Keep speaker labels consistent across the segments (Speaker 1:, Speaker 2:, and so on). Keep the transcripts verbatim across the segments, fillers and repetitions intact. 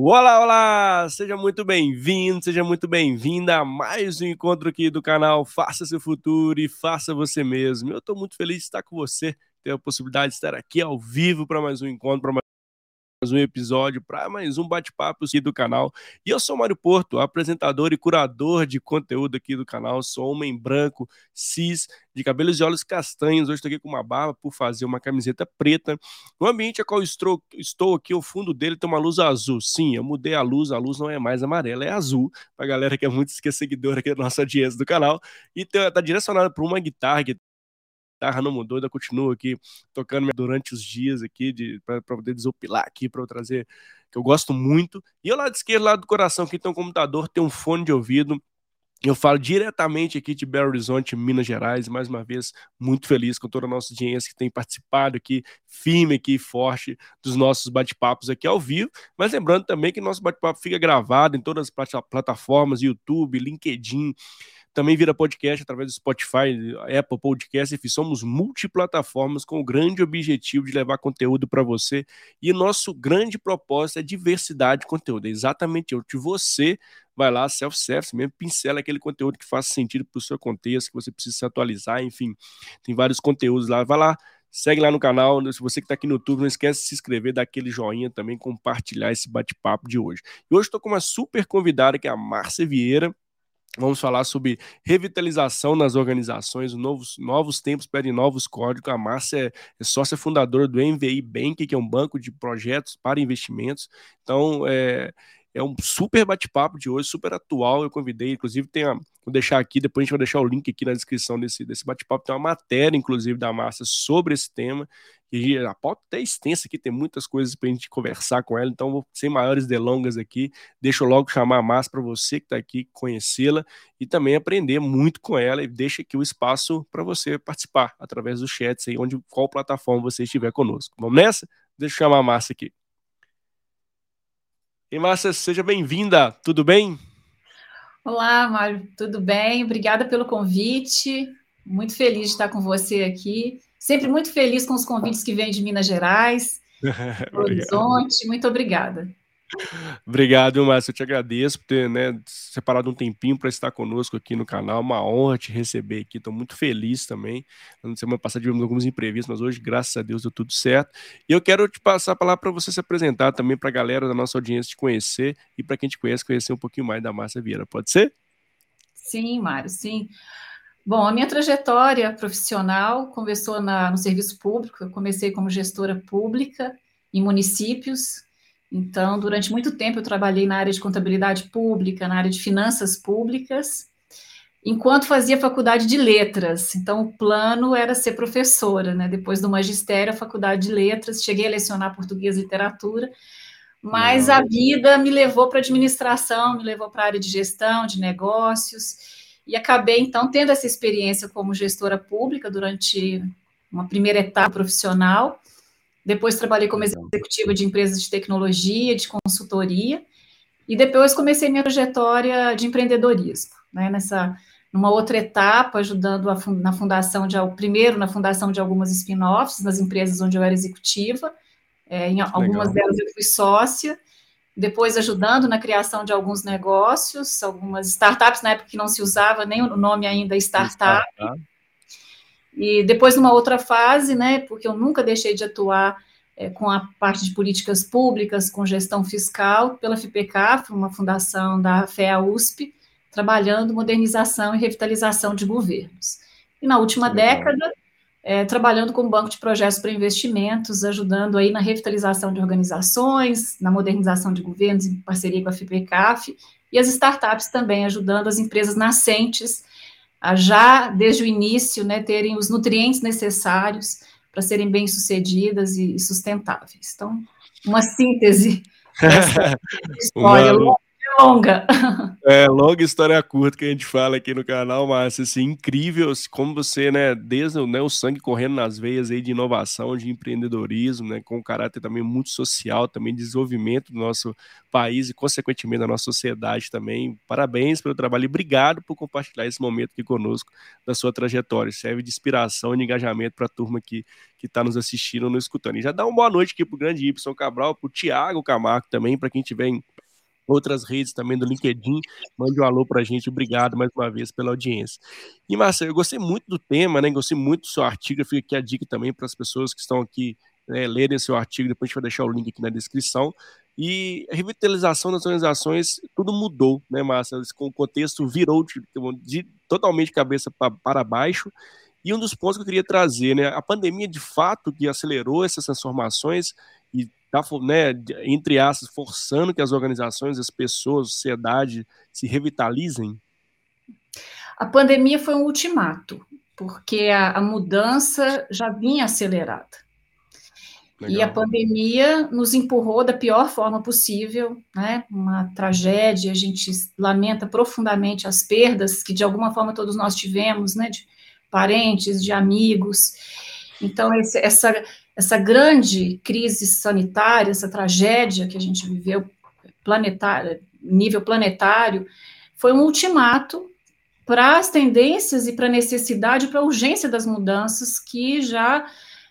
Speaker 1: Olá, olá! Seja muito bem-vindo, seja muito bem-vinda a mais um encontro aqui do canal Faça Seu Futuro e Faça Você Mesmo. Eu estou muito feliz de estar com você, ter a possibilidade de estar aqui ao vivo para mais um encontro, para mais um episódio, para mais um bate-papo aqui do canal. E eu sou Mário Porto, apresentador e curador de conteúdo aqui do canal. Sou homem branco, cis, de cabelos e olhos castanhos. Hoje estou aqui com uma barba por fazer uma camiseta preta. O ambiente a qual estou, estou aqui, o fundo dele tem uma luz azul. Sim, eu mudei a luz, a luz não é mais amarela, é azul. Para a galera que é muito seguidora aqui da nossa audiência do canal. E está direcionada para uma guitarra que guitarra não mudou, ainda continuo aqui tocando durante os dias aqui para poder desopilar aqui, para eu trazer, que eu gosto muito. E ao lado esquerdo, lado do coração, aqui tem um computador, tem um fone de ouvido. Eu falo diretamente aqui de Belo Horizonte, Minas Gerais, mais uma vez muito feliz com toda a nossa audiência que tem participado aqui, firme aqui, forte, dos nossos bate-papos aqui ao vivo, mas lembrando também que nosso bate-papo fica gravado em todas as plataformas, YouTube, LinkedIn, também vira podcast através do Spotify, Apple Podcast, enfim, somos multiplataformas com o grande objetivo de levar conteúdo para você, e nosso grande propósito é diversidade de conteúdo, é exatamente o que você vai lá, self-service mesmo, pincela aquele conteúdo que faça sentido para o seu contexto, que você precisa se atualizar, enfim, tem vários conteúdos lá, vai lá, segue lá no canal, se você que está aqui no YouTube, não esquece de se inscrever, dar aquele joinha também, compartilhar esse bate-papo de hoje. E hoje estou com uma super convidada, que é a Márcia Vieira. Vamos falar sobre revitalização nas organizações, novos, novos tempos pedem novos códigos. A Márcia é, é sócia fundadora do M V I Bank, que é um banco de projetos para investimentos. Então, é, é um super bate-papo de hoje, super atual. Eu convidei, inclusive, tem a, vou deixar aqui, depois a gente vai deixar o link aqui na descrição desse, desse bate-papo. Tem uma matéria, inclusive, da Márcia sobre esse tema. E a pauta até extensa aqui, tem muitas coisas para a gente conversar com ela, então vou, sem maiores delongas aqui, deixa eu logo chamar a Márcia para você que está aqui conhecê-la e também aprender muito com ela, e deixa aqui o espaço para você participar através do chat, aí, onde qual plataforma você estiver conosco. Vamos nessa? Deixa eu chamar a Márcia aqui. E Márcia, seja bem-vinda, tudo bem?
Speaker 2: Olá, Mário, tudo bem? Obrigada pelo convite, muito feliz de estar com você aqui, sempre muito feliz com os convites que vêm de Minas Gerais, Belo Horizonte, muito obrigada.
Speaker 1: Obrigado, Márcio, eu te agradeço por ter, né, separado um tempinho para estar conosco aqui no canal, uma honra te receber aqui, estou muito feliz também. Na semana passada tivemos alguns imprevistos, mas hoje, graças a Deus, deu tudo certo. E eu quero te passar a palavra para você se apresentar também, para a galera da nossa audiência te conhecer e para quem te conhece, conhecer um pouquinho mais da Márcia Vieira, pode ser?
Speaker 2: Sim, Mário, sim. Bom, a minha trajetória profissional começou na, no serviço público, eu comecei como gestora pública em municípios, então, durante muito tempo eu trabalhei na área de contabilidade pública, na área de finanças públicas, enquanto fazia faculdade de letras. Então, o plano era ser professora, né? Depois do magistério, a faculdade de letras, cheguei a lecionar português e literatura, mas
Speaker 1: Legal.
Speaker 2: a vida me levou para a administração, me levou para a área de gestão, de negócios, e acabei, então, tendo essa experiência como gestora pública durante uma primeira etapa profissional. Depois trabalhei como executiva de empresas de tecnologia, de consultoria, e depois comecei minha trajetória de empreendedorismo, né, nessa, numa outra etapa, ajudando a, na fundação de, primeiro na fundação de algumas spin-offs, nas empresas onde eu era executiva, é, em algumas Legal. delas eu fui sócia, depois ajudando na criação de alguns negócios, algumas startups, na época que não se usava nem o nome ainda startup, startup. E depois numa outra fase, né, porque eu nunca deixei de atuar é, com a parte de políticas públicas, com gestão fiscal, pela FIPECAF, uma fundação da F E A U S P, trabalhando modernização e revitalização de governos. E na última década, é, trabalhando com o Banco de Projetos para Investimentos, ajudando aí na revitalização de organizações, na modernização de governos, em parceria com a FIPECAF, e as startups também, ajudando as empresas nascentes a já, desde o início, né, terem os nutrientes necessários para serem bem-sucedidas e sustentáveis. Então, uma síntese dessa história longa e longa.
Speaker 1: É, longa história curta que a gente fala aqui no canal, mas assim, incrível como você, né, desde né, o sangue correndo nas veias aí de inovação, de empreendedorismo, né, com um caráter também muito social, também de desenvolvimento do nosso país e, consequentemente, da nossa sociedade também. Parabéns pelo trabalho e obrigado por compartilhar esse momento aqui conosco da sua trajetória. Serve de inspiração e de engajamento para a turma que que está nos assistindo ou nos escutando. E já dá uma boa noite aqui para o grande Y Cabral, para o Thiago Camargo também, para quem estiver em outras redes também do LinkedIn, mande um alô pra gente, obrigado mais uma vez pela audiência. E Marcelo, eu gostei muito do tema, né, gostei muito do seu artigo, fica aqui a dica também para as pessoas que estão aqui, né, lerem seu artigo, depois a gente vai deixar o link aqui na descrição. E a revitalização das organizações, tudo mudou, né, Márcia? O contexto virou de, de totalmente cabeça pra, para baixo. E um dos pontos que eu queria trazer, né, a pandemia de fato que acelerou essas transformações e está, né, entre aspas, forçando que as organizações, as pessoas, a sociedade se revitalizem?
Speaker 2: A pandemia foi um ultimato, porque a, a mudança já vinha acelerada. Legal. E a pandemia nos empurrou da pior forma possível, né? Uma tragédia, a gente lamenta profundamente as perdas que de alguma forma todos nós tivemos, né? De parentes, de amigos. Então, esse, essa, essa grande crise sanitária, essa tragédia que a gente viveu planetária, nível planetário, foi um ultimato para as tendências e para a necessidade, para a urgência das mudanças que já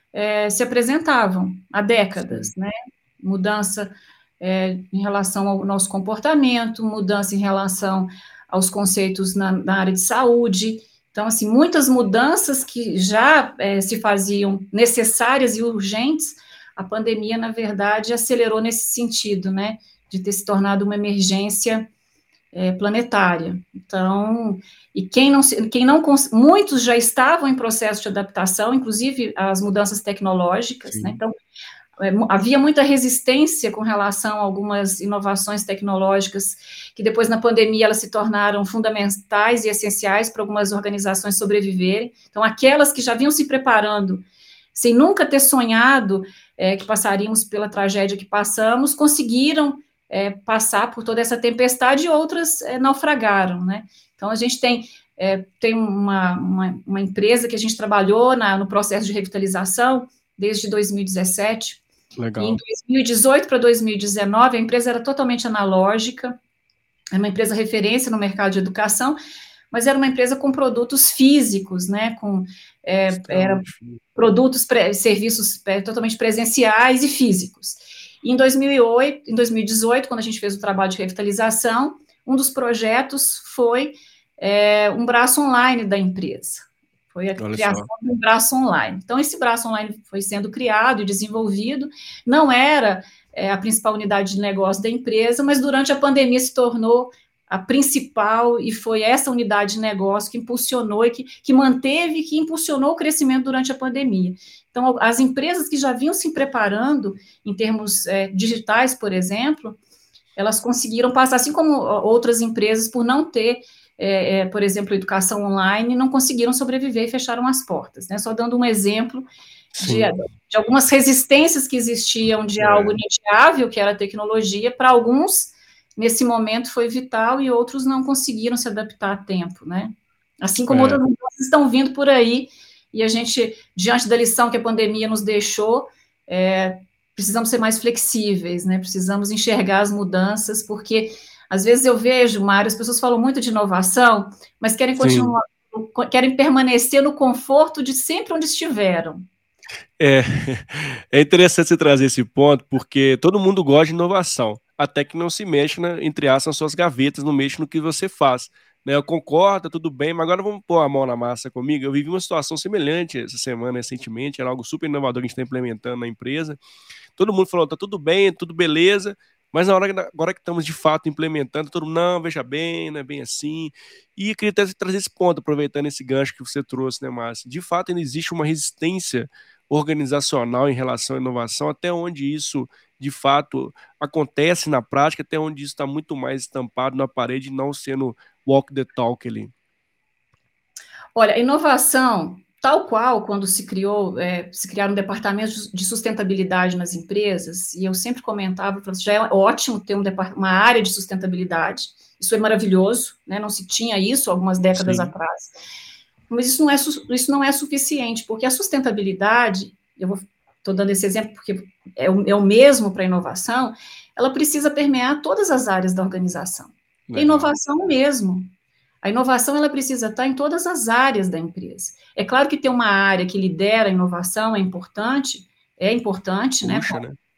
Speaker 2: é, se apresentavam há décadas, né? Mudança é, em relação ao nosso comportamento, mudança em relação aos conceitos na, na área de saúde. Então, assim, muitas mudanças que já é, se faziam necessárias e urgentes, a pandemia, na verdade, acelerou nesse sentido, né? De ter se tornado uma emergência é, planetária. Então, e quem não, quem não, muitos já estavam em processo de adaptação, inclusive as mudanças tecnológicas, né? Então, é, havia muita resistência com relação a algumas inovações tecnológicas que depois na pandemia elas se tornaram fundamentais e essenciais para algumas organizações sobreviverem. Então, aquelas que já vinham se preparando sem nunca ter sonhado é, que passaríamos pela tragédia que passamos, conseguiram É, passar por toda essa tempestade e outras é, naufragaram, né? Então, a gente tem, é, tem uma, uma, uma empresa que a gente trabalhou na, no processo de revitalização desde dois mil e dezessete. Legal. E em dois mil e dezoito para dois mil e dezenove, a empresa era totalmente analógica, era uma empresa referência no mercado de educação, mas era uma empresa com produtos físicos, né? Com é, era produtos, pré, serviços pré, totalmente presenciais e físicos. Em dois mil e oito, em dois mil e dezoito, quando a gente fez o trabalho de revitalização, um dos projetos foi é, um braço online da empresa. Foi a Olha criação só. de um braço online. Então, esse braço online foi sendo criado e desenvolvido, não era é, a principal unidade de negócio da empresa, mas durante a pandemia se tornou a principal, e foi essa unidade de negócio que impulsionou e que, que manteve, que impulsionou o crescimento durante a pandemia. Então, as empresas que já vinham se preparando em termos é, digitais, por exemplo, elas conseguiram passar, assim como outras empresas, por não ter, é, é, por exemplo, educação online, não conseguiram sobreviver e fecharam as portas, né? Só dando um exemplo de, de algumas resistências que existiam de é. algo inadiável, que era a tecnologia, para alguns, nesse momento, foi vital e outros não conseguiram se adaptar a tempo, né? Assim como é. outras mudanças estão vindo por aí, e a gente, diante da lição que a pandemia nos deixou, é, precisamos ser mais flexíveis, né? Precisamos enxergar as mudanças, porque às vezes eu vejo, Mário, as pessoas falam muito de inovação, mas querem continuar, Sim. querem permanecer no conforto de sempre onde estiveram.
Speaker 1: É, é interessante você trazer esse ponto, porque todo mundo gosta de inovação, até que não se mexe, na, entre aspas, nas suas gavetas, não mexe no que você faz. Né, eu concordo, tudo bem, mas agora vamos pôr a mão na massa comigo. Eu vivi uma situação semelhante essa semana, recentemente, era algo super inovador que a gente está implementando na empresa. Todo mundo falou, tá tudo bem, tudo beleza, mas na hora agora que estamos de fato implementando, todo mundo, não, veja bem, não é bem assim. E eu queria até trazer esse ponto, aproveitando esse gancho que você trouxe, né, Márcia? De fato, ainda existe uma resistência organizacional em relação à inovação, até onde isso de fato acontece na prática, até onde isso está muito mais estampado na parede, não sendo walk the talk ali.
Speaker 2: Olha, inovação, tal qual quando se criou, é, se criaram departamentos de sustentabilidade nas empresas, e eu sempre comentava, já é ótimo ter um uma área de sustentabilidade, isso é maravilhoso, né? Não se tinha isso algumas décadas Sim. atrás, mas isso não, é, isso não é suficiente, porque a sustentabilidade, eu estou dando esse exemplo porque é o, é o mesmo para a inovação, ela precisa permear todas as áreas da organização. E inovação mesmo. A inovação, ela precisa estar em todas as áreas da empresa. É claro que ter uma área que lidera a inovação é importante, é importante, Puxa, né?
Speaker 1: né?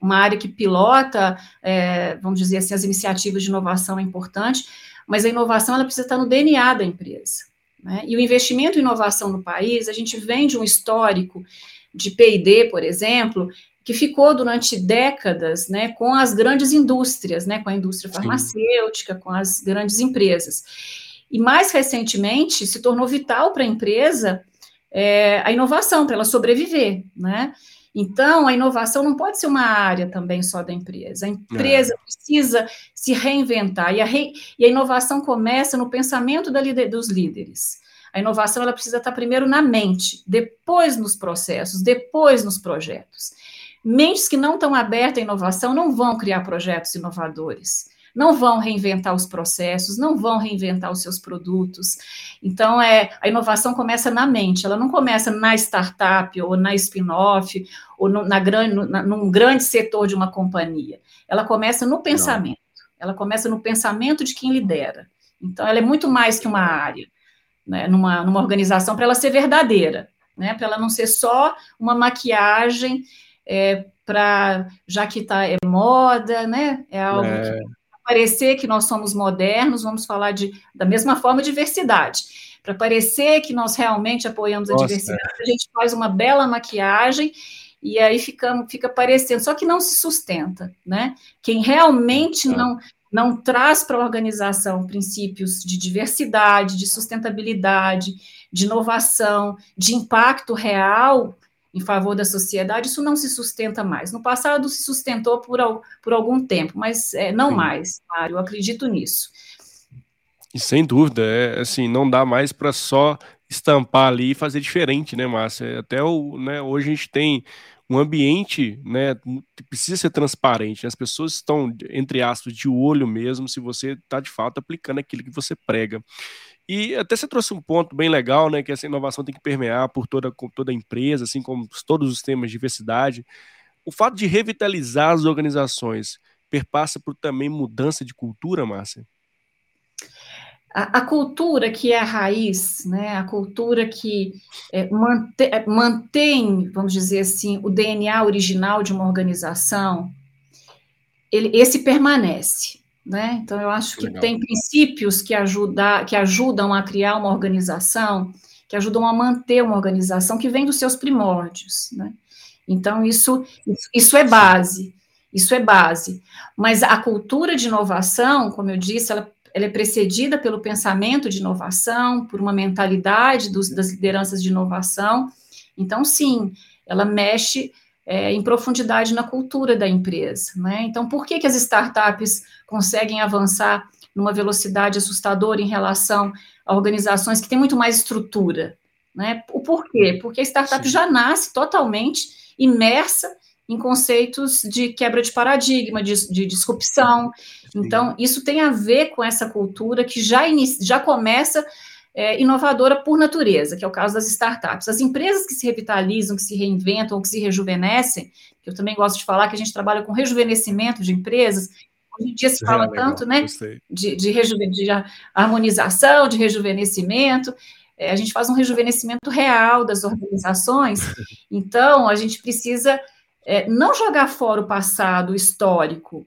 Speaker 2: uma área que pilota, é, vamos dizer assim, as iniciativas de inovação é importante, mas a inovação ela precisa estar no D N A da empresa, né? E o investimento em inovação no país, a gente vem de um histórico de P e D, por exemplo, que ficou durante décadas, né, com as grandes indústrias, né, com a indústria farmacêutica, Sim. com as grandes empresas. E mais recentemente se tornou vital para a empresa é, a inovação, para ela sobreviver, né? Então, a inovação não pode ser uma área também só da empresa. A empresa é. precisa se reinventar, e a, re... e a inovação começa no pensamento da lider... dos líderes. A inovação ela precisa estar primeiro na mente, depois nos processos, depois nos projetos. Mentes que não estão abertas à inovação não vão criar projetos inovadores, não vão reinventar os processos, não vão reinventar os seus produtos. Então, é, a inovação começa na mente, ela não começa na startup, ou na spin-off, ou no, na grande, na, num grande setor de uma companhia. Ela começa no pensamento, não. ela começa no pensamento de quem lidera. Então, ela é muito mais que uma área, né, numa, numa organização, para ela ser verdadeira, né, para ela não ser só uma maquiagem, é, para, já que tá, é moda, né, é algo é. que parecer que nós somos modernos, vamos falar de, da mesma forma, diversidade. Para parecer que nós realmente apoiamos Nossa, a diversidade, é. a gente faz uma bela maquiagem e aí fica, fica parecendo, só que não se sustenta, né? Quem realmente é. não, não traz para a organização princípios de diversidade, de sustentabilidade, de inovação, de impacto real em favor da sociedade, isso não se sustenta mais. No passado se sustentou por, por algum tempo, mas é, não Sim. mais, Mário, eu acredito nisso.
Speaker 1: E sem dúvida, é, assim, não dá mais para só estampar ali e fazer diferente, né, Márcia? Até o, né, hoje a gente tem um ambiente, né, que precisa ser transparente, né? As pessoas estão, entre aspas, de olho mesmo se você está, de fato, aplicando aquilo que você prega. E até você trouxe um ponto bem legal, né, que essa inovação tem que permear por toda, toda a empresa, assim como todos os temas de diversidade. O fato de revitalizar as organizações perpassa por também mudança de cultura, Márcia?
Speaker 2: A, a cultura que é a raiz, né, a cultura que é, mante, mantém, vamos dizer assim, o D N A original de uma organização, ele, esse permanece. Né? Então, eu acho que Legal. Tem princípios que, ajuda, que ajudam a criar uma organização, que ajudam a manter uma organização que vem dos seus primórdios. Né? Então, isso, isso é base, isso é base. Mas a cultura de inovação, como eu disse, ela, ela é precedida pelo pensamento de inovação, por uma mentalidade dos, das lideranças de inovação. Então, sim, ela mexe É, em profundidade na cultura da empresa, né? Então, por que que as startups conseguem avançar numa velocidade assustadora em relação a organizações que têm muito mais estrutura, né? O porquê? Porque a startup Sim. já nasce totalmente imersa em conceitos de quebra de paradigma, de, de disrupção. Sim. Então, isso tem a ver com essa cultura que já, inicia, já começa É, inovadora por natureza, que é o caso das startups. As empresas que se revitalizam, que se reinventam, ou que se rejuvenescem, que eu também gosto de falar que a gente trabalha com rejuvenescimento de empresas, hoje em dia se fala é, tanto, né, de, de, rejuven de harmonização, de rejuvenescimento, é, a gente faz um rejuvenescimento real das organizações, então a gente precisa é, não jogar fora o passado histórico,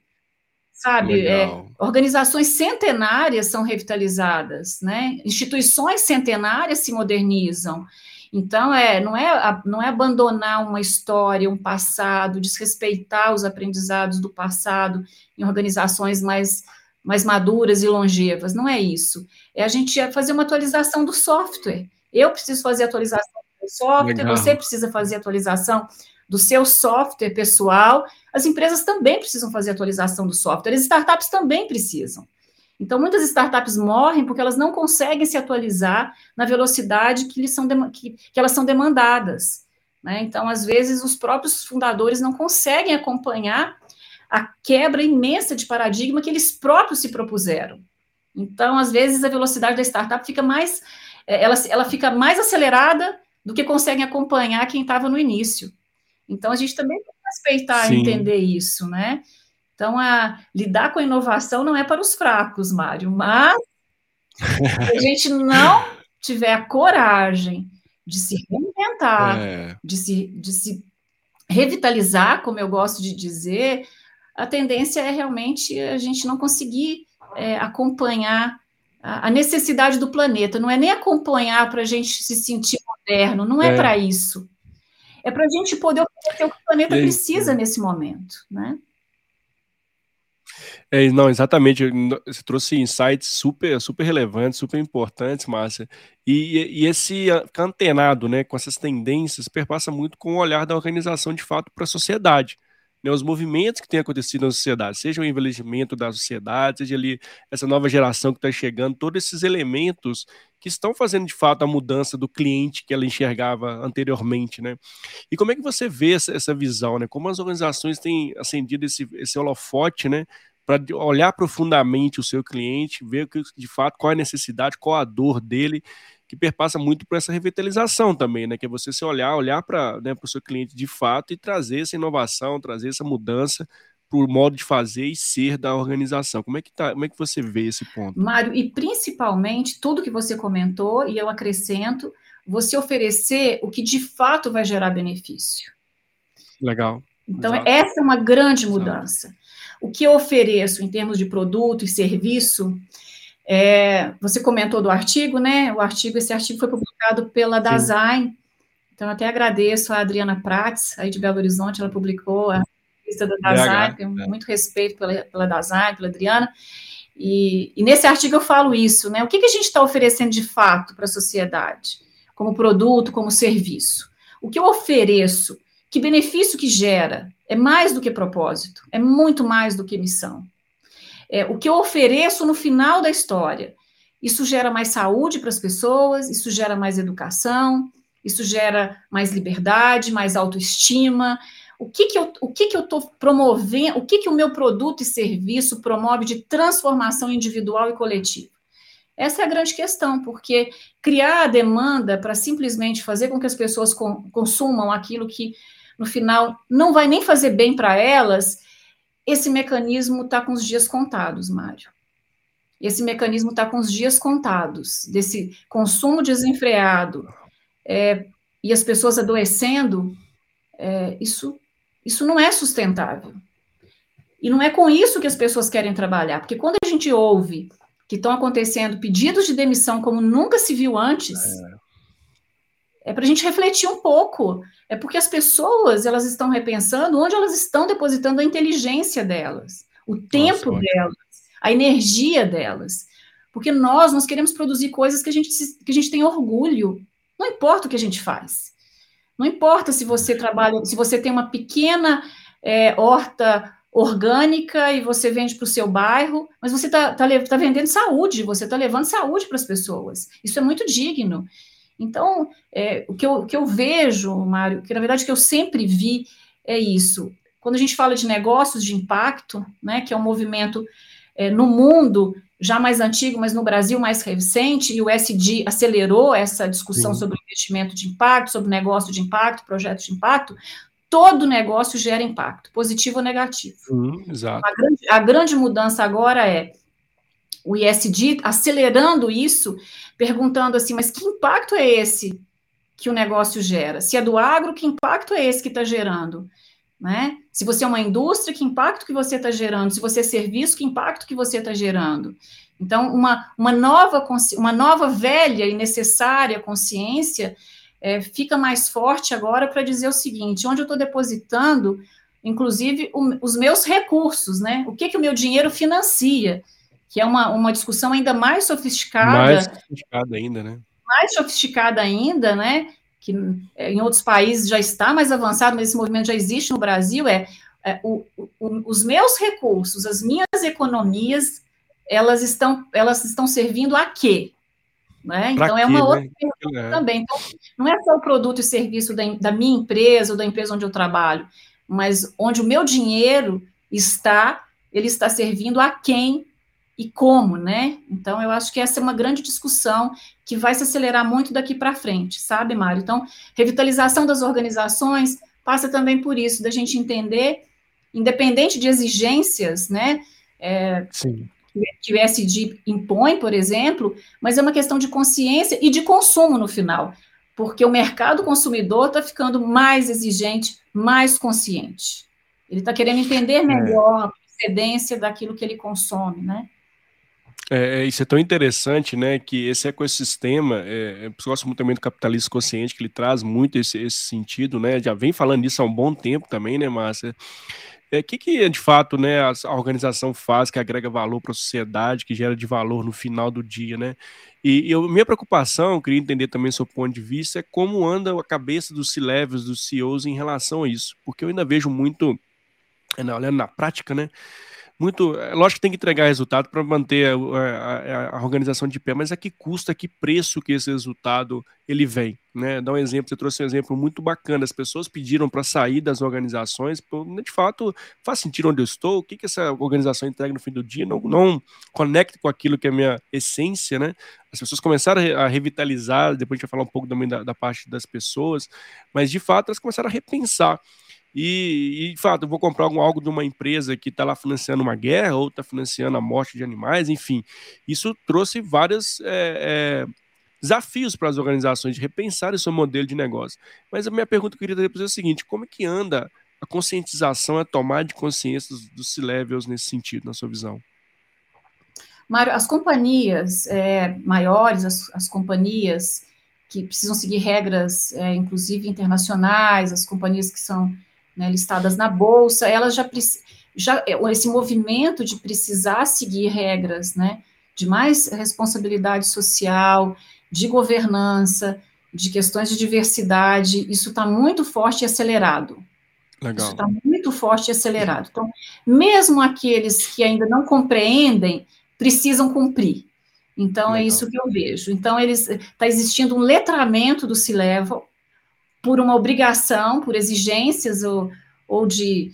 Speaker 2: sabe, é, organizações centenárias são revitalizadas, né? Instituições centenárias se modernizam. Então, é, não, é, não é abandonar uma história, um passado, desrespeitar os aprendizados do passado em organizações mais, mais maduras e longevas, não é isso. É a gente fazer uma atualização do software. Eu preciso fazer atualização do software, Legal. Você precisa fazer atualização do seu software pessoal, as empresas também precisam fazer atualização do software, as startups também precisam. Então, muitas startups morrem porque elas não conseguem se atualizar na velocidade que, são, que, que elas são demandadas. Né? Então, às vezes, os próprios fundadores não conseguem acompanhar a quebra imensa de paradigma que eles próprios se propuseram. Então, às vezes, a velocidade da startup fica mais, ela, ela fica mais acelerada do que conseguem acompanhar quem estava no início. Então, a gente também tem que respeitar e entender isso, né? Então, a, lidar com a inovação não é para os fracos, Mário, mas se a gente não tiver a coragem de se reinventar, é. de, se, de se revitalizar, como eu gosto de dizer, a tendência é realmente a gente não conseguir é, acompanhar a, a necessidade do planeta. Não é nem acompanhar para a gente se sentir moderno, não é
Speaker 1: É,
Speaker 2: para isso. É para a gente poder oferecer o que o planeta
Speaker 1: é isso.
Speaker 2: precisa nesse momento, né?
Speaker 1: É, não, exatamente. Você trouxe insights super, super relevantes, super importantes, Márcia. E, e esse ficar antenado, né, com essas tendências perpassa muito com o olhar da organização de fato para a sociedade. Né, os movimentos que têm acontecido na sociedade, seja o envelhecimento da sociedade, seja ali essa nova geração que está chegando, todos esses elementos que estão fazendo de fato a mudança do cliente que ela enxergava anteriormente, né? E como é que você vê essa, essa visão, né? Como as organizações têm acendido esse, esse holofote, né? Para olhar profundamente o seu cliente, ver que, de fato qual é a necessidade, qual a dor dele, que perpassa muito por essa revitalização também, né? Que é você se olhar, olhar para, né, o seu cliente de fato e trazer essa inovação, trazer essa mudança para o modo de fazer e ser da organização. Como é que tá, como é que você vê esse ponto?
Speaker 2: Mário, e principalmente tudo que você comentou, e eu acrescento, você oferecer o que de fato vai gerar benefício.
Speaker 1: Legal.
Speaker 2: Então,
Speaker 1: Exato.
Speaker 2: essa é uma grande
Speaker 1: Exato.
Speaker 2: mudança. O que eu ofereço em termos de produto e serviço, é, você comentou do artigo, né? O artigo, esse artigo foi publicado pela Dasein, então eu até agradeço a Adriana Prats, aí de Belo Horizonte, ela publicou a revista da Dasein, tenho é. muito respeito pela, pela Dasein, pela Adriana, e, e nesse artigo eu falo isso, né? O que, que a gente está oferecendo de fato para a sociedade, como produto, como serviço? O que eu ofereço, que benefício que gera, é mais do que propósito, é muito mais do que missão. É, o que eu ofereço no final da história, isso gera mais saúde para as pessoas, isso gera mais educação, isso gera mais liberdade, mais autoestima. O que que eu o que que eu estou promovendo, o que que o meu produto e serviço promove de transformação individual e coletiva? Essa é a grande questão, porque criar a demanda para simplesmente fazer com que as pessoas com, consumam aquilo que, no final, não vai nem fazer bem para elas, esse mecanismo está com os dias contados, Mário. Esse mecanismo está com os dias contados, desse consumo desenfreado, é, e as pessoas adoecendo, é, isso, isso não é sustentável. E não é com isso que as pessoas querem trabalhar, porque quando a gente ouve que estão acontecendo pedidos de demissão como nunca se viu antes, é, é para a gente refletir um pouco. É porque as pessoas, elas estão repensando onde elas estão depositando a inteligência delas, o tempo Nossa, delas, a energia delas. Porque nós, nós queremos produzir coisas que a gente, que a gente tem orgulho. Não importa o que a gente faz. Não importa se você trabalha, se você tem uma pequena é, horta orgânica e você vende para o seu bairro, mas você está tá, tá vendendo saúde, você está levando saúde para as pessoas. Isso é muito digno. Então, é, o, que eu, o que eu vejo, Mário, que na verdade o que eu sempre vi é isso. Quando a gente fala de negócios de impacto, né, que é um movimento é, no mundo já mais antigo, mas no Brasil mais recente, e o S D acelerou essa discussão Sim. sobre investimento de impacto, sobre negócio de impacto, projeto de impacto. Todo negócio gera impacto, positivo ou negativo.
Speaker 1: Hum, exato.
Speaker 2: A grande, a grande mudança agora é o E S G acelerando isso, perguntando assim, mas que impacto é esse que o negócio gera? Se é do agro, que impacto é esse que está gerando? Né? Se você é uma indústria, que impacto que você está gerando? Se você é serviço, que impacto que você está gerando? Então, uma, uma, nova, uma nova velha e necessária consciência é, fica mais forte agora para dizer o seguinte, onde eu estou depositando, inclusive, o, os meus recursos, né? O que, que o meu dinheiro financia? Que é uma, uma discussão ainda mais sofisticada.
Speaker 1: Mais sofisticada ainda, né?
Speaker 2: Mais sofisticada ainda, né? Que em outros países já está mais avançado, mas esse movimento já existe no Brasil, é, é o, o, os meus recursos, as minhas economias, elas estão, elas estão servindo a quê? Né? Então,
Speaker 1: quê,
Speaker 2: é uma
Speaker 1: né?
Speaker 2: outra pergunta é. também. Então, não é só o produto e serviço da, da minha empresa ou da empresa onde eu trabalho, mas onde o meu dinheiro está, ele está servindo a quem e como, né? Então, eu acho que essa é uma grande discussão que vai se acelerar muito daqui para frente, sabe, Mário? Então, revitalização das organizações passa também por isso, da gente entender, independente de exigências, né? É,
Speaker 1: Sim.
Speaker 2: que o E S G impõe, por exemplo, mas é uma questão de consciência e de consumo no final. porque o mercado consumidor está ficando mais exigente, mais consciente. Ele está querendo entender melhor é. a procedência daquilo que ele consome, né?
Speaker 1: É, isso é tão interessante, né, que esse ecossistema, é, eu gosto muito também do capitalismo consciente, que ele traz muito esse, esse sentido, né, já vem falando isso há um bom tempo também, né, Márcia? O é, que, que, de fato, né, a, a organização faz que agrega valor para a sociedade, que gera de valor no final do dia, né? E, e eu, minha preocupação, eu queria entender também o seu ponto de vista, é como anda a cabeça dos C-levels, dos C E Os em relação a isso, porque eu ainda vejo muito, olhando na prática, né, muito, é lógico que tem que entregar resultado para manter a, a, a organização de pé, mas a que custo, a que preço que esse resultado ele vem, né? Dá um exemplo, você trouxe um exemplo muito bacana, as pessoas pediram para sair das organizações, de fato, faz sentido onde eu estou, o que, que essa organização entrega no fim do dia, não, não conecta com aquilo que é a minha essência, né? As pessoas começaram a revitalizar, depois a gente vai falar um pouco também da, da parte das pessoas, mas de fato elas começaram a repensar. E, e, de fato, eu vou comprar algum, algo de uma empresa que está lá financiando uma guerra ou está financiando a morte de animais, enfim. Isso trouxe vários é, é, desafios para as organizações de repensar o seu modelo de negócio. Mas a minha pergunta que eu queria fazer é o seguinte, como é que anda a conscientização, a tomada de consciência dos, dos C-levels nesse sentido, na sua visão?
Speaker 2: Mário, as companhias é, maiores, as, as companhias que precisam seguir regras, é, inclusive internacionais, as companhias que são, né, listadas na bolsa, elas já, já esse movimento de precisar seguir regras, né, de mais responsabilidade social, de governança, de questões de diversidade, isso está muito forte e acelerado. Legal. Isso está muito forte e acelerado. Então, mesmo aqueles que ainda não compreendem, precisam cumprir. Então, Legal. É isso que eu vejo. Então, está existindo um letramento do C-Level por uma obrigação, por exigências ou, ou de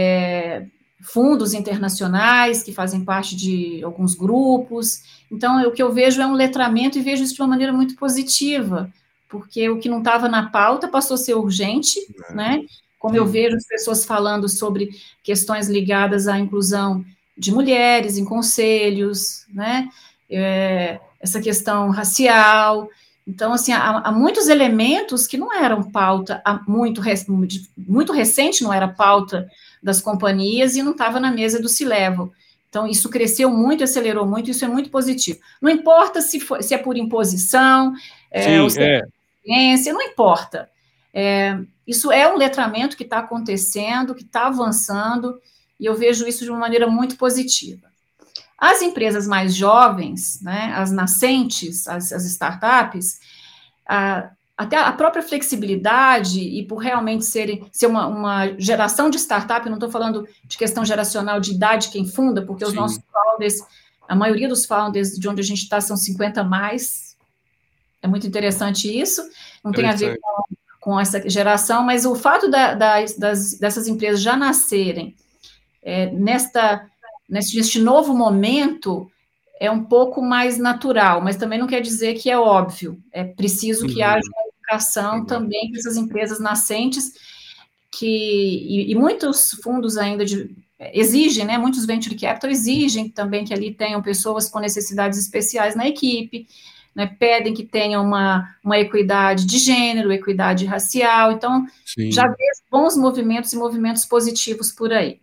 Speaker 2: é, fundos internacionais que fazem parte de alguns grupos. Então, o que eu vejo é um letramento e vejo isso de uma maneira muito positiva, porque o que não estava na pauta passou a ser urgente, é. né? Como eu vejo as pessoas falando sobre questões ligadas à inclusão de mulheres em conselhos, né? É, essa questão racial. Então, assim, há, há muitos elementos que não eram pauta, há muito, muito recente não era pauta das companhias e não estava na mesa do C-Level. Então, isso cresceu muito, acelerou muito, isso é muito positivo. Não importa se, for, se é por imposição, é, Sim, ou se é, é ciência, não importa. É, isso é um letramento que está acontecendo, que está avançando, e eu vejo isso de uma maneira muito positiva. As empresas mais jovens, né, as nascentes, as, as startups, a, até a própria flexibilidade e por realmente serem, ser uma, uma geração de startup, não estou falando de questão geracional de idade quem funda, porque Sim. os nossos founders, a maioria dos founders de onde a gente está são cinquenta mais, é muito interessante isso, não tem a ver com, com essa geração, mas o fato da, da, das, dessas empresas já nascerem é, nesta... Neste, neste novo momento, é um pouco mais natural, mas também não quer dizer que é óbvio. É preciso que uhum. haja uma educação uhum. também para essas empresas nascentes, que, e, e muitos fundos ainda de, exigem, né, muitos venture capital exigem também que ali tenham pessoas com necessidades especiais na equipe, né, pedem que tenham uma, uma equidade de gênero, equidade racial, então Sim. já vejo bons movimentos e movimentos positivos por aí.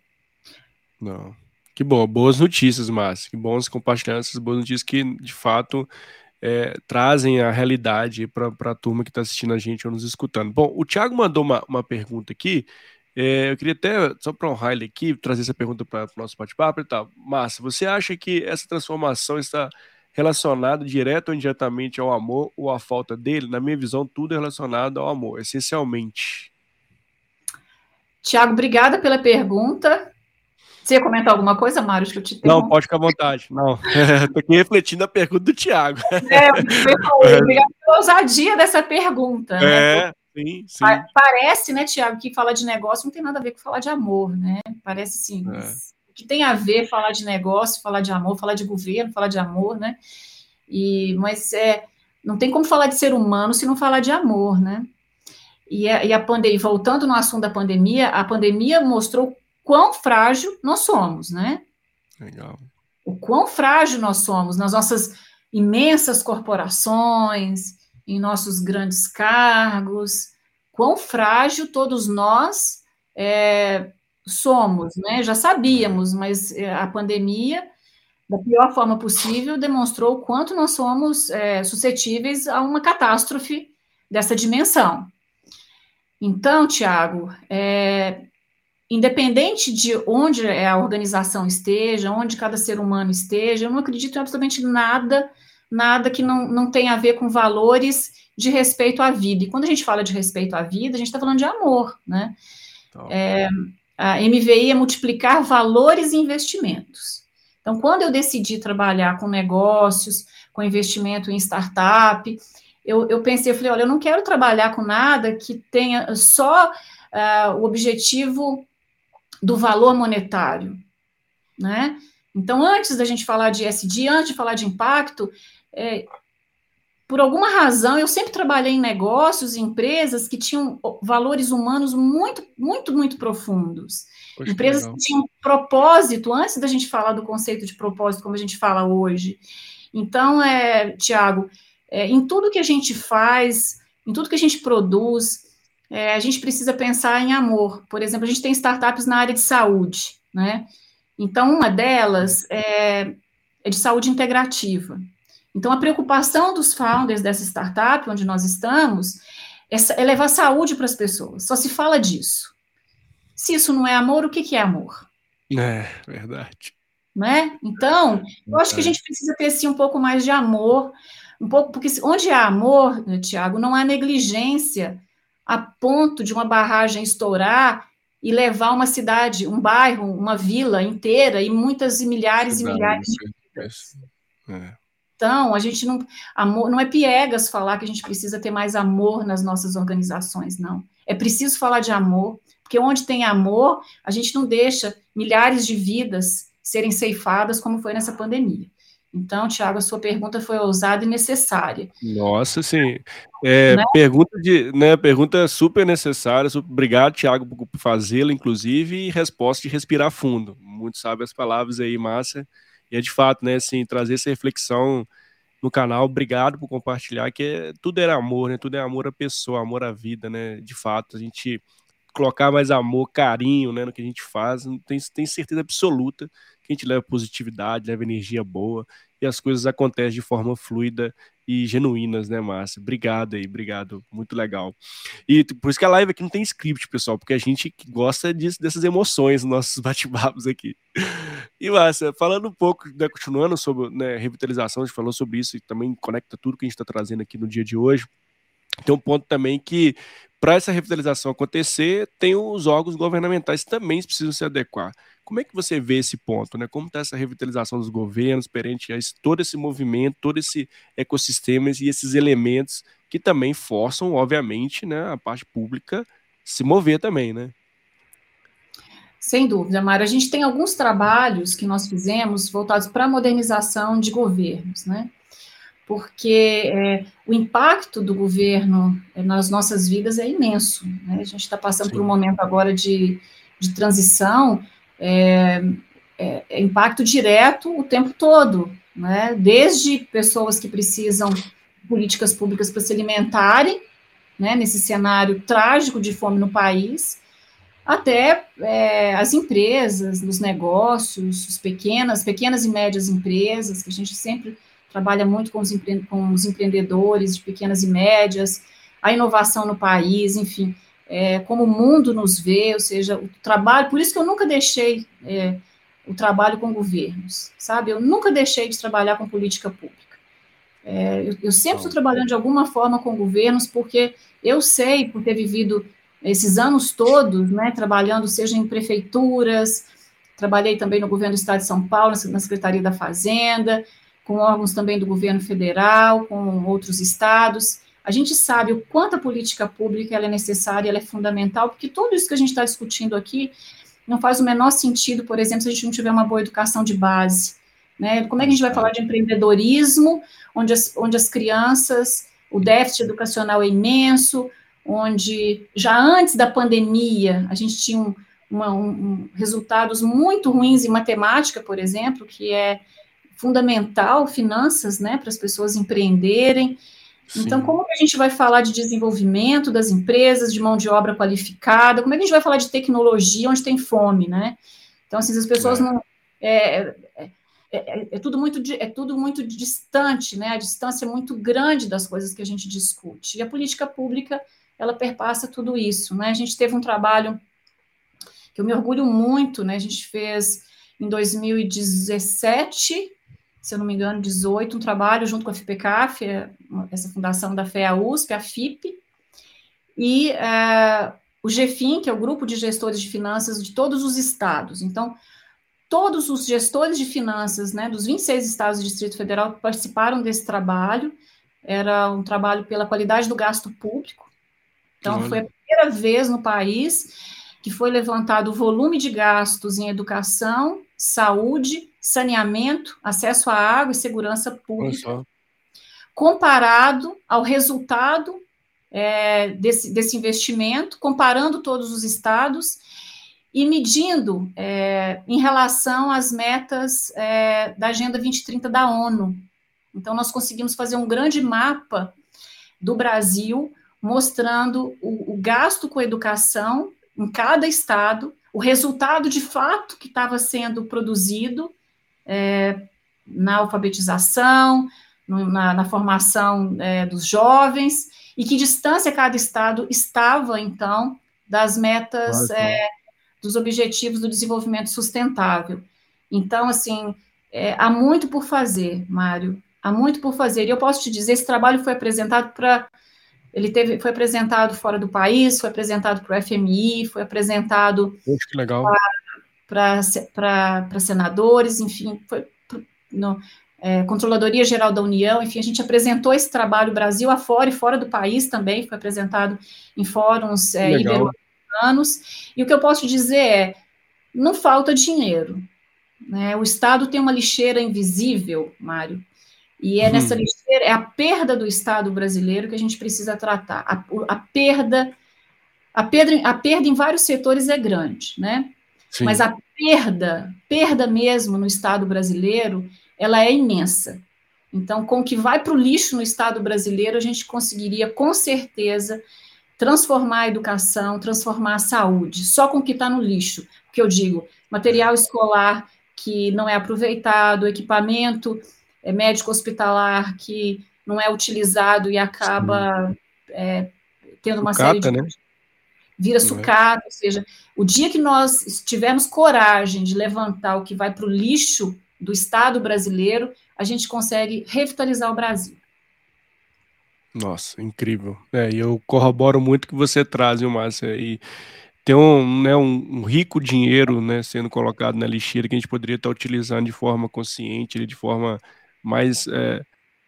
Speaker 1: Não. Que bom, boas notícias, Márcia. Que bom compartilhar essas boas notícias que, de fato, é, trazem a realidade para a turma que está assistindo a gente ou nos escutando. Bom, o Thiago mandou uma, uma pergunta aqui. É, eu queria até, só para honrar ele aqui, trazer essa pergunta para o nosso bate-papo e tal. Márcia, você acha que essa transformação está relacionada direto ou indiretamente ao amor ou à falta dele? Na minha visão, tudo é relacionado ao amor, essencialmente.
Speaker 2: Tiago, obrigada pela pergunta. Você ia comentar alguma coisa, Mário? Acho que eu te
Speaker 1: Não, pode ficar à vontade. Não, estou aqui refletindo a pergunta do Thiago.
Speaker 2: É, obrigada pela ousadia dessa pergunta.
Speaker 1: É,
Speaker 2: né?
Speaker 1: sim, sim.
Speaker 2: Parece, né, Tiago, que falar de negócio não tem nada a ver com falar de amor, né? Parece sim. É. O que tem a ver falar de negócio, falar de amor, falar de governo, falar de amor, né? E, mas é, não tem como falar de ser humano se não falar de amor, né? E a, e a pandemia, voltando no assunto da pandemia, a pandemia mostrou quão frágil nós somos, né?
Speaker 1: Legal.
Speaker 2: O quão frágil nós somos nas nossas imensas corporações, em nossos grandes cargos, quão frágil todos nós é, somos, né? Já sabíamos, mas a pandemia, da pior forma possível, demonstrou o quanto nós somos é, suscetíveis a uma catástrofe dessa dimensão. Então, Tiago, é, independente de onde a organização esteja, onde cada ser humano esteja, eu não acredito em absolutamente nada, nada que não, não tenha a ver com valores de respeito à vida. E quando a gente fala de respeito à vida, a gente está falando de amor, né? É, a M V I é multiplicar valores e investimentos. Então, quando eu decidi trabalhar com negócios, com investimento em startup, eu, eu pensei, eu falei, olha, eu não quero trabalhar com nada que tenha só uh, o objetivo do valor monetário, né? Então, antes da gente falar de E S G, antes de falar de impacto, é, por alguma razão, eu sempre trabalhei em negócios, em empresas que tinham valores humanos muito, muito, muito profundos. Poxa, empresas que, que tinham propósito, antes da gente falar do conceito de propósito, como a gente fala hoje. Então, é, Tiago, é, em tudo que a gente faz, em tudo que a gente produz, é, a gente precisa pensar em amor. Por exemplo, a gente tem startups na área de saúde, né? Então, uma delas é, é de saúde integrativa. Então, a preocupação dos founders dessa startup, onde nós estamos, é levar saúde para as pessoas. Só se fala disso. Se isso não é amor, o que, que é amor?
Speaker 1: É, verdade.
Speaker 2: Não é? Então, eu acho que a gente precisa ter, sim, um pouco mais de amor, um pouco, porque onde há amor, Tiago, não há negligência a ponto de uma barragem estourar e levar uma cidade, um bairro, uma vila inteira e muitas e milhares cidade, e milhares de vidas. É. Então, a gente não, amor, não é piegas falar que a gente precisa ter mais amor nas nossas organizações, não. É preciso falar de amor, porque onde tem amor, a gente não deixa milhares de vidas serem ceifadas, como foi nessa pandemia. Então, Tiago, a sua pergunta foi ousada e necessária.
Speaker 1: Nossa, sim. É, né? Pergunta, de, né, pergunta super necessária. Super, obrigado, Tiago, por fazê-la, inclusive, e resposta de respirar fundo. Muito sabe as palavras aí, Márcia. E é de fato, né, assim, trazer essa reflexão no canal. Obrigado por compartilhar, que é, tudo era amor, né? Tudo é amor à pessoa, amor à vida, né? De fato, a gente colocar mais amor, carinho, né, no que a gente faz, tem, tem certeza absoluta que a gente leva positividade, leva energia boa e as coisas acontecem de forma fluida e genuínas, né, Márcia? Obrigado aí, obrigado, muito legal. E por isso que a live aqui não tem script, pessoal, porque a gente gosta disso, dessas emoções nos nossos bate-papos aqui. E, Márcia, falando um pouco, né, continuando sobre, né, revitalização, a gente falou sobre isso e também conecta tudo que a gente está trazendo aqui no dia de hoje. Tem um ponto também que, para essa revitalização acontecer, tem os órgãos governamentais que também precisam se adequar. Como é que você vê esse ponto, né? Como está essa revitalização dos governos perante a esse, todo esse movimento, todo esse ecossistema e esses elementos que também forçam, obviamente, né, a parte pública se mover também, né?
Speaker 2: Sem dúvida, Mário. A gente tem alguns trabalhos que nós fizemos voltados para a modernização de governos, né? Porque é, o impacto do governo nas nossas vidas é imenso, né? A gente está passando Sim. por um momento agora de, de transição, é, é, é impacto direto o tempo todo, né? Desde pessoas que precisam de políticas públicas para se alimentarem, né, nesse cenário trágico de fome no país, até é, as empresas, os negócios, os pequenas, pequenas e médias empresas, que a gente sempre trabalha muito com os, empre com os empreendedores de pequenas e médias, a inovação no país, enfim, é, como o mundo nos vê, ou seja, o trabalho, por isso que eu nunca deixei é, o trabalho com governos, sabe? Eu nunca deixei de trabalhar com política pública. É, eu, eu sempre estou trabalhando de alguma forma com governos, porque eu sei, por ter vivido esses anos todos, né, trabalhando, seja em prefeituras, trabalhei também no governo do Estado de São Paulo, na Secretaria da Fazenda, com órgãos também do governo federal, com outros estados. A gente sabe o quanto a política pública ela é necessária, ela é fundamental, porque tudo isso que a gente está discutindo aqui não faz o menor sentido, por exemplo, se a gente não tiver uma boa educação de base, né? Como é que a gente vai falar de empreendedorismo, onde as, onde as crianças, o déficit educacional é imenso, onde já antes da pandemia a gente tinha um, uma, um, um, resultados muito ruins em matemática, por exemplo, que é fundamental, finanças, né, para as pessoas empreenderem. Então, como que a gente vai falar de desenvolvimento das empresas, de mão de obra qualificada? Como é que a gente vai falar de tecnologia onde tem fome, né? Então, assim, as pessoas é. não... É, é, é, é, tudo muito, é tudo muito distante, né? A distância é muito grande das coisas que a gente discute. E a política pública, ela perpassa tudo isso, né? A gente teve um trabalho que eu me orgulho muito, né? A gente fez em dois mil e dezessete, se eu não me engano, dezoito, um trabalho junto com a FIPECAF, essa fundação da FEA U S P, a FIP, e uh, o GEFIN, que é o Grupo de Gestores de Finanças de todos os estados. Então, todos os gestores de finanças, né, dos vinte e seis estados do Distrito Federal participaram desse trabalho. Era um trabalho pela qualidade do gasto público. Então, foi a primeira vez no país que foi levantado o volume de gastos em educação, saúde, saneamento, acesso à água e segurança pública, comparado ao resultado é, desse, desse investimento, comparando todos os estados e medindo é, em relação às metas é, da Agenda vinte trinta da ONU. Então, nós conseguimos fazer um grande mapa do Brasil, mostrando o, o gasto com educação em cada estado, o resultado de fato que estava sendo produzido é, na alfabetização, no, na, na formação é, dos jovens, e que distância cada estado estava, então, das metas, é, dos objetivos do desenvolvimento sustentável. Então, assim, é, há muito por fazer, Mário, há muito por fazer. E eu posso te dizer, esse trabalho foi apresentado para... Ele teve, foi apresentado fora do país, foi apresentado para o F M I, foi apresentado para senadores, enfim, foi no, é, Controladoria Geral da União, enfim, a gente apresentou esse trabalho Brasil afora e fora do país também, foi apresentado em fóruns é, ibero-americanos, e o que eu posso dizer é, não falta dinheiro, né? O Estado tem uma lixeira invisível, Mário, e é nessa lixeira, é a perda do Estado brasileiro que a gente precisa tratar. A, a, perda, a, perda, a perda em vários setores é grande, né? Sim. Mas a perda, perda mesmo no Estado brasileiro, ela é imensa. Então, com o que vai para o lixo no Estado brasileiro, a gente conseguiria, com certeza, transformar a educação, transformar a saúde, só com o que está no lixo. Porque eu digo, material escolar que não é aproveitado, equipamento... É médico hospitalar que não é utilizado e acaba é, tendo uma sucata, série de... Né? Vira sucata, ou seja, o dia que nós tivermos coragem de levantar o que vai para o lixo do Estado brasileiro, a gente consegue revitalizar o Brasil.
Speaker 1: Nossa, incrível. É, e eu corroboro muito o que você traz, viu, Márcia? E tem um, né, um, um rico dinheiro, né, sendo colocado na lixeira que a gente poderia estar utilizando de forma consciente, de forma mais é,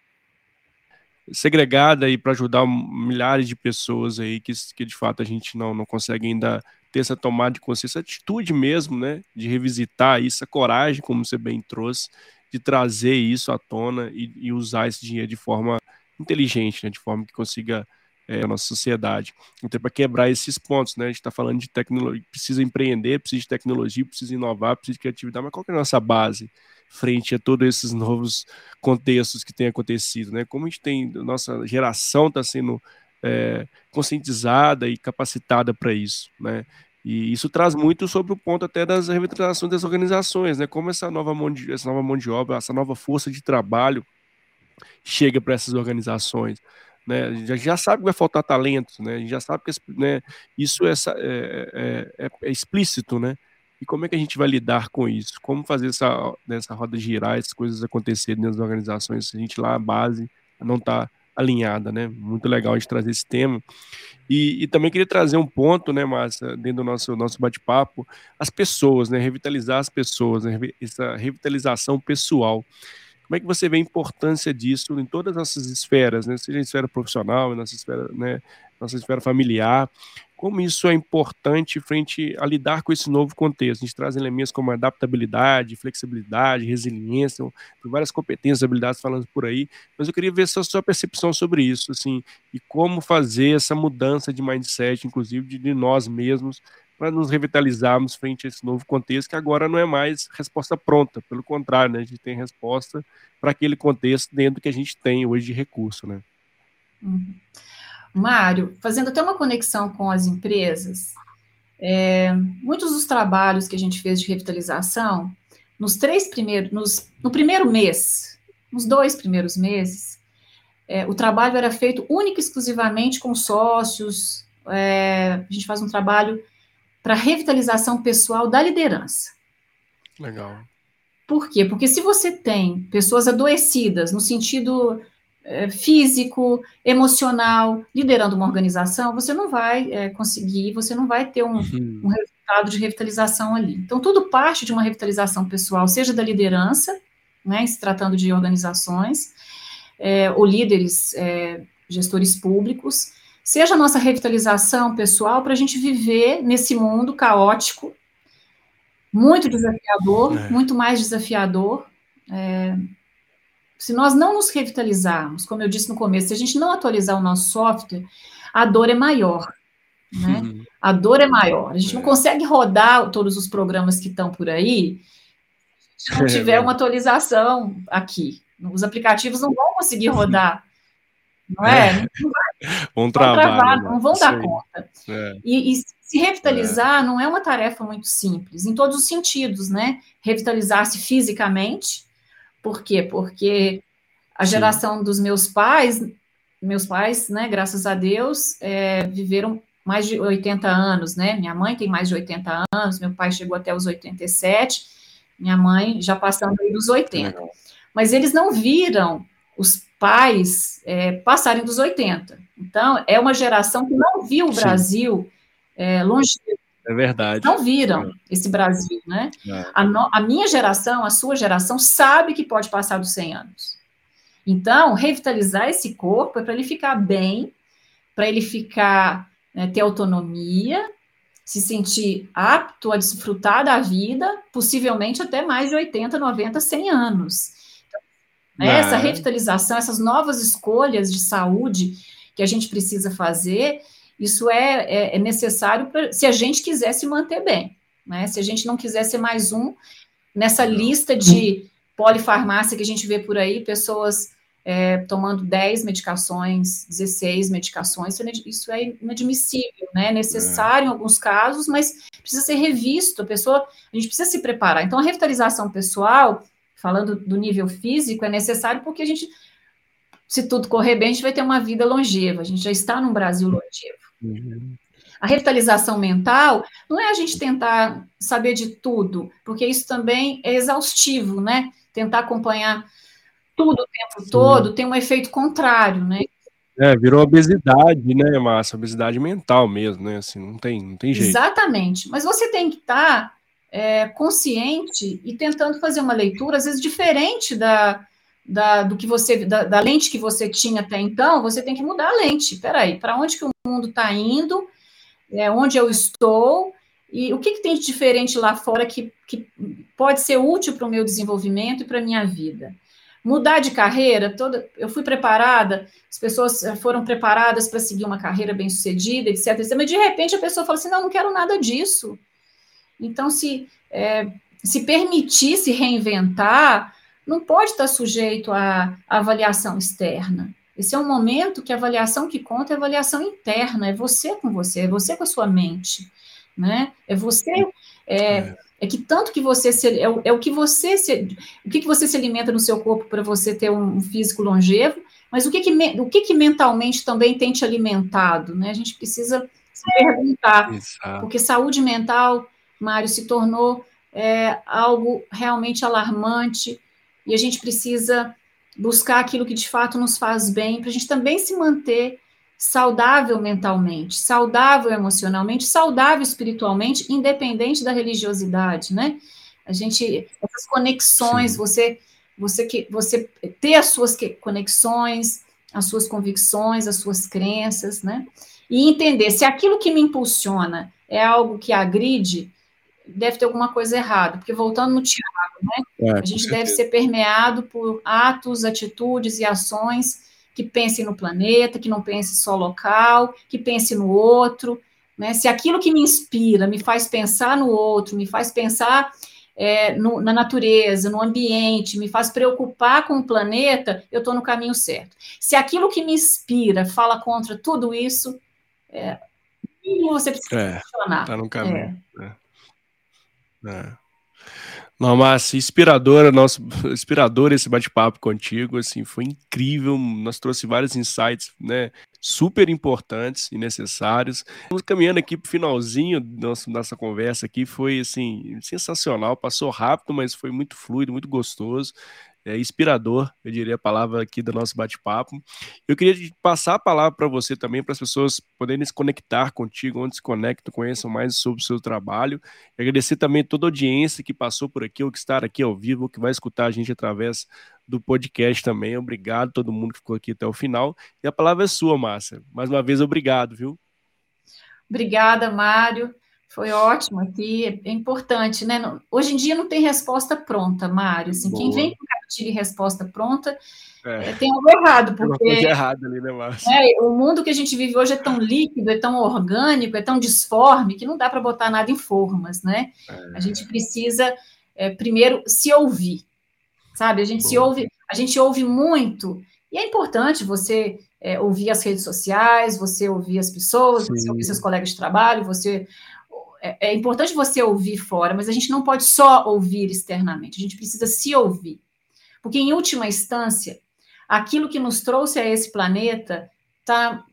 Speaker 1: segregada aí para ajudar milhares de pessoas aí que, que de fato a gente não, não consegue ainda ter essa tomada de consciência, essa atitude mesmo, né, de revisitar isso, a coragem, como você bem trouxe, de trazer isso à tona e, e usar esse dinheiro de forma inteligente, né, de forma que consiga é, a nossa sociedade. Então, para quebrar esses pontos, né, a gente está falando de tecnologia, precisa empreender, precisa de tecnologia, precisa inovar, precisa de criatividade, mas qual que é a nossa base frente a todos esses novos contextos que têm acontecido, né? Como a gente tem, nossa geração está sendo é, conscientizada e capacitada para isso, né? E isso traz muito sobre o ponto até das revitalizações das organizações, né? Como essa nova mão de, essa nova mão de obra, essa nova força de trabalho chega para essas organizações, né? A gente já, já sabe que vai faltar talento, né? A gente já sabe que, né, isso é, é, é, é explícito, né? E como é que a gente vai lidar com isso? Como fazer essa, essa roda girar, essas coisas acontecerem nas organizações, se a gente lá, a base, não está alinhada, né? Muito legal a gente trazer esse tema. E, e também queria trazer um ponto, né, Márcia, dentro do nosso, nosso bate-papo, as pessoas, né? Revitalizar as pessoas, né? Essa revitalização pessoal. Como é que você vê a importância disso em todas as nossas esferas, né? Seja a esfera profissional, nossa esfera, né? nossa esfera familiar, como isso é importante frente a lidar com esse novo contexto. A gente traz elementos como adaptabilidade, flexibilidade, resiliência, tem várias competências, habilidades falando por aí, mas eu queria ver só a sua percepção sobre isso, assim, e como fazer essa mudança de mindset, inclusive de, de nós mesmos, para nos revitalizarmos frente a esse novo contexto, que agora não é mais resposta pronta, pelo contrário, né? A gente tem resposta para aquele contexto dentro do que a gente tem hoje de recurso, né?
Speaker 2: Uhum. Mário, fazendo até uma conexão com as empresas, é, muitos dos trabalhos que a gente fez de revitalização, nos três primeiros, nos, no primeiro mês, nos dois primeiros meses, é, o trabalho era feito única e exclusivamente com sócios, é, a gente faz um trabalho para revitalização pessoal da liderança.
Speaker 1: Legal.
Speaker 2: Por quê? Porque se você tem pessoas adoecidas, no sentido é, físico, emocional, liderando uma organização, você não vai é, conseguir, você não vai ter um, uhum. um resultado de revitalização ali. Então, tudo parte de uma revitalização pessoal, seja da liderança, né, se tratando de organizações, é, ou líderes, é, gestores públicos, seja a nossa revitalização pessoal para a gente viver nesse mundo caótico, muito desafiador, é. muito mais desafiador. É, se nós não nos revitalizarmos, como eu disse no começo, se a gente não atualizar o nosso software, a dor é maior, né? Uhum. A dor é maior. A gente é. não consegue rodar todos os programas que estão por aí se não tiver uma atualização aqui. Os aplicativos não vão conseguir rodar, não é? é. Não vai,
Speaker 1: vão travar,
Speaker 2: travar
Speaker 1: né?
Speaker 2: não vão dar conta. É. E, e se revitalizar é. não é uma tarefa muito simples, em todos os sentidos, né? Revitalizar-se fisicamente. Por quê? Porque a geração Sim. dos meus pais, meus pais, né, graças a Deus, é, viveram mais de oitenta anos, né? Minha mãe tem mais de oitenta anos, meu pai chegou até os oitenta e sete, minha mãe já passando aí dos oitenta. Mas eles não viram os pais é, passarem dos oitenta. Então, é uma geração que não viu o Brasil é, longevo.
Speaker 1: É verdade.
Speaker 2: Não viram é. esse Brasil, né? É. A, no, a minha geração, a sua geração, sabe que pode passar dos cem anos. Então, revitalizar esse corpo é para ele ficar bem, para ele ficar, né, ter autonomia, se sentir apto a desfrutar da vida, possivelmente até mais de oitenta, noventa, cem anos. Então, é. Essa revitalização, essas novas escolhas de saúde que a gente precisa fazer, isso é, é, é necessário pra, se a gente quiser se manter bem, né? Se a gente não quiser ser mais um nessa não. lista de polifarmácia que a gente vê por aí, pessoas é, tomando dez medicações, dezesseis medicações, isso é inadmissível, né? É necessário é. em alguns casos, mas precisa ser revisto, a pessoa, a gente precisa se preparar. Então, a revitalização pessoal, falando do nível físico, é necessário porque a gente, se tudo correr bem, a gente vai ter uma vida longeva, a gente já está num Brasil longevo. Uhum. A revitalização mental não é a gente tentar saber de tudo, porque isso também é exaustivo, né? Tentar acompanhar tudo o tempo Sim. todo tem um efeito contrário, né?
Speaker 1: É, virou obesidade, né, Márcia? Obesidade mental mesmo, né? Assim, não tem, não tem jeito.
Speaker 2: Exatamente. Mas você tem que estar é, consciente e tentando fazer uma leitura, às vezes, diferente da, da, do que você, da, da lente que você tinha até então, você tem que mudar a lente. Peraí, para onde que o mundo está indo? É, onde eu estou, e o que, que tem de diferente lá fora que, que pode ser útil para o meu desenvolvimento e para a minha vida. Mudar de carreira, toda, eu fui preparada, as pessoas foram preparadas para seguir uma carreira bem-sucedida, etc, etcétera, mas de repente a pessoa fala assim, não, não quero nada disso. Então, se, é, se permitir se reinventar, não pode estar sujeito à, à avaliação externa. Esse é um momento que a avaliação que conta é a avaliação interna, é você com você, é você com a sua mente, né? É você, é, é que tanto que você se, é, o, é o que você se, o que, que você se alimenta no seu corpo para você ter um, um físico longevo, mas o que que, o que que mentalmente também tem te alimentado, né? A gente precisa se perguntar, Exato. Porque saúde mental, Mário, se tornou é, algo realmente alarmante e a gente precisa buscar aquilo que de fato nos faz bem, para a gente também se manter saudável mentalmente, saudável emocionalmente, saudável espiritualmente, independente da religiosidade, né? A gente, essas conexões, Sim. você, você, que, você ter as suas conexões, as suas convicções, as suas crenças, né? E entender se aquilo que me impulsiona é algo que agride, deve ter alguma coisa errada, porque voltando no Tiago, né, é, a gente deve ser permeado por atos, atitudes e ações que pensem no planeta, que não pense só local, que pense no outro, né, se aquilo que me inspira me faz pensar no outro, me faz pensar é, no, na natureza, no ambiente, me faz preocupar com o planeta, eu estou no caminho certo. Se aquilo que me inspira fala contra tudo isso, é, você precisa
Speaker 1: É,
Speaker 2: questionar.
Speaker 1: tá no caminho.
Speaker 2: É.
Speaker 1: É. É. Não, Márcia, inspiradora, nosso, inspirador esse bate-papo contigo, assim, foi incrível, nós trouxe vários insights, né, super importantes e necessários. Estamos caminhando aqui para o finalzinho nossa, nossa conversa aqui, foi, assim, sensacional, passou rápido, mas foi muito fluido, muito gostoso. É inspirador, eu diria a palavra aqui do nosso bate-papo. Eu queria passar a palavra para você também, para as pessoas poderem se conectar contigo, onde se conectam, conheçam mais sobre o seu trabalho. E agradecer também toda a audiência que passou por aqui, ou que está aqui ao vivo, ou que vai escutar a gente através do podcast também. Obrigado a todo mundo que ficou aqui até o final. E a palavra é sua, Márcia. Mais uma vez, obrigado, viu?
Speaker 2: Obrigada, Mário. Foi ótimo aqui, é importante, né? Hoje em dia não tem resposta pronta, Mário. Assim, quem vem com cartilha e resposta pronta é. É, tem algo errado, porque
Speaker 1: tem uma coisa errada ali, né, Márcio?
Speaker 2: É, o mundo que a gente vive hoje é tão líquido, é tão orgânico, é tão disforme, que não dá para botar nada em formas, né? É. A gente precisa, é, primeiro, se ouvir, sabe? A gente Bom. se ouve, a gente ouve muito, e é importante você é, ouvir as redes sociais, você ouvir as pessoas, Sim. você ouvir seus colegas de trabalho, você... É, é importante você ouvir fora, mas a gente não pode só ouvir externamente, a gente precisa se ouvir. Porque, em última instância, aquilo que nos trouxe a esse planeta está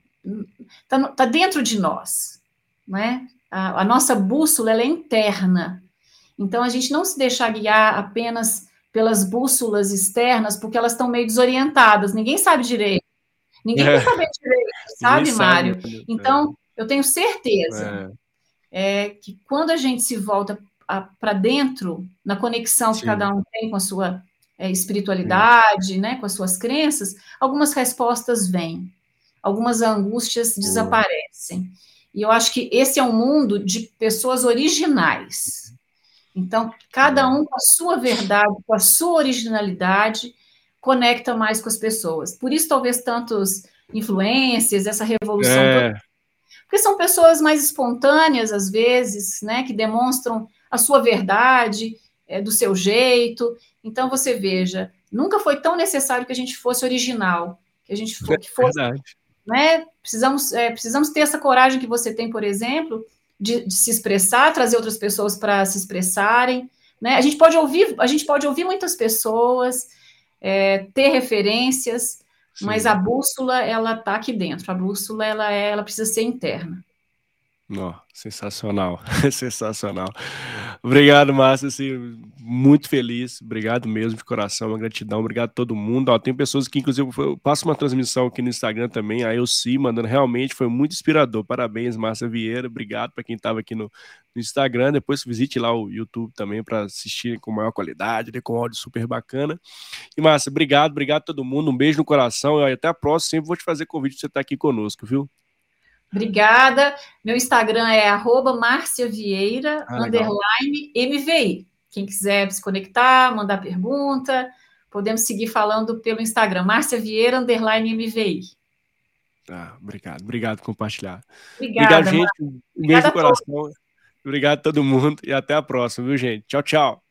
Speaker 2: tá, tá dentro de nós, né? A, a nossa bússola ela é interna. Então, a gente não se deixar guiar apenas pelas bússolas externas, porque elas estão meio desorientadas, ninguém sabe direito. Ninguém é. quer saber direito, sabe, Mário? Sabe. Então, eu tenho certeza é. É, que quando a gente se volta para dentro, na conexão Sim. que cada um tem com a sua é, espiritualidade, Sim. né, com as suas crenças, algumas respostas vêm, algumas angústias Boa. desaparecem. E eu acho que esse é um mundo de pessoas originais. Então, cada um com a sua verdade, com a sua originalidade, conecta mais com as pessoas. Por isso, talvez, tantos influências, essa revolução é. toda. Porque são pessoas mais espontâneas, às vezes, né, que demonstram a sua verdade, é, do seu jeito. Então, você veja, nunca foi tão necessário que a gente fosse original, que a gente for, que fosse... Verdade. Né, precisamos, é, precisamos ter essa coragem que você tem, por exemplo, de, de se expressar, trazer outras pessoas para se expressarem. Né? A gente pode ouvir, a gente pode ouvir muitas pessoas, é, ter referências, Sim. mas a bússola, ela está aqui dentro. A bússola, ela, é, ela precisa ser interna.
Speaker 1: Oh, sensacional, sensacional. Obrigado, Márcia, assim, muito feliz, obrigado mesmo de coração, uma gratidão, obrigado a todo mundo. Ó, tem pessoas que, inclusive, eu passo uma transmissão aqui no Instagram também, a Elci mandando, realmente foi muito inspirador. Parabéns, Márcia Vieira, obrigado para quem estava aqui no, no Instagram. Depois visite lá o YouTube também para assistir com maior qualidade, com áudio super bacana. E, Márcia, obrigado, obrigado a todo mundo, um beijo no coração e até a próxima. Sempre vou te fazer convite para você estar aqui conosco, viu?
Speaker 2: Obrigada. Meu Instagram é arroba Márcia Vieira, ah, underline M V I. Quem quiser se conectar, mandar pergunta, podemos seguir falando pelo Instagram, Márcia Vieira, underline M V I.
Speaker 1: Ah, obrigado, obrigado por compartilhar.
Speaker 2: Obrigada,
Speaker 1: obrigado, gente. Um beijo no coração. Obrigado a todo mundo e até a próxima, viu, gente? Tchau, tchau.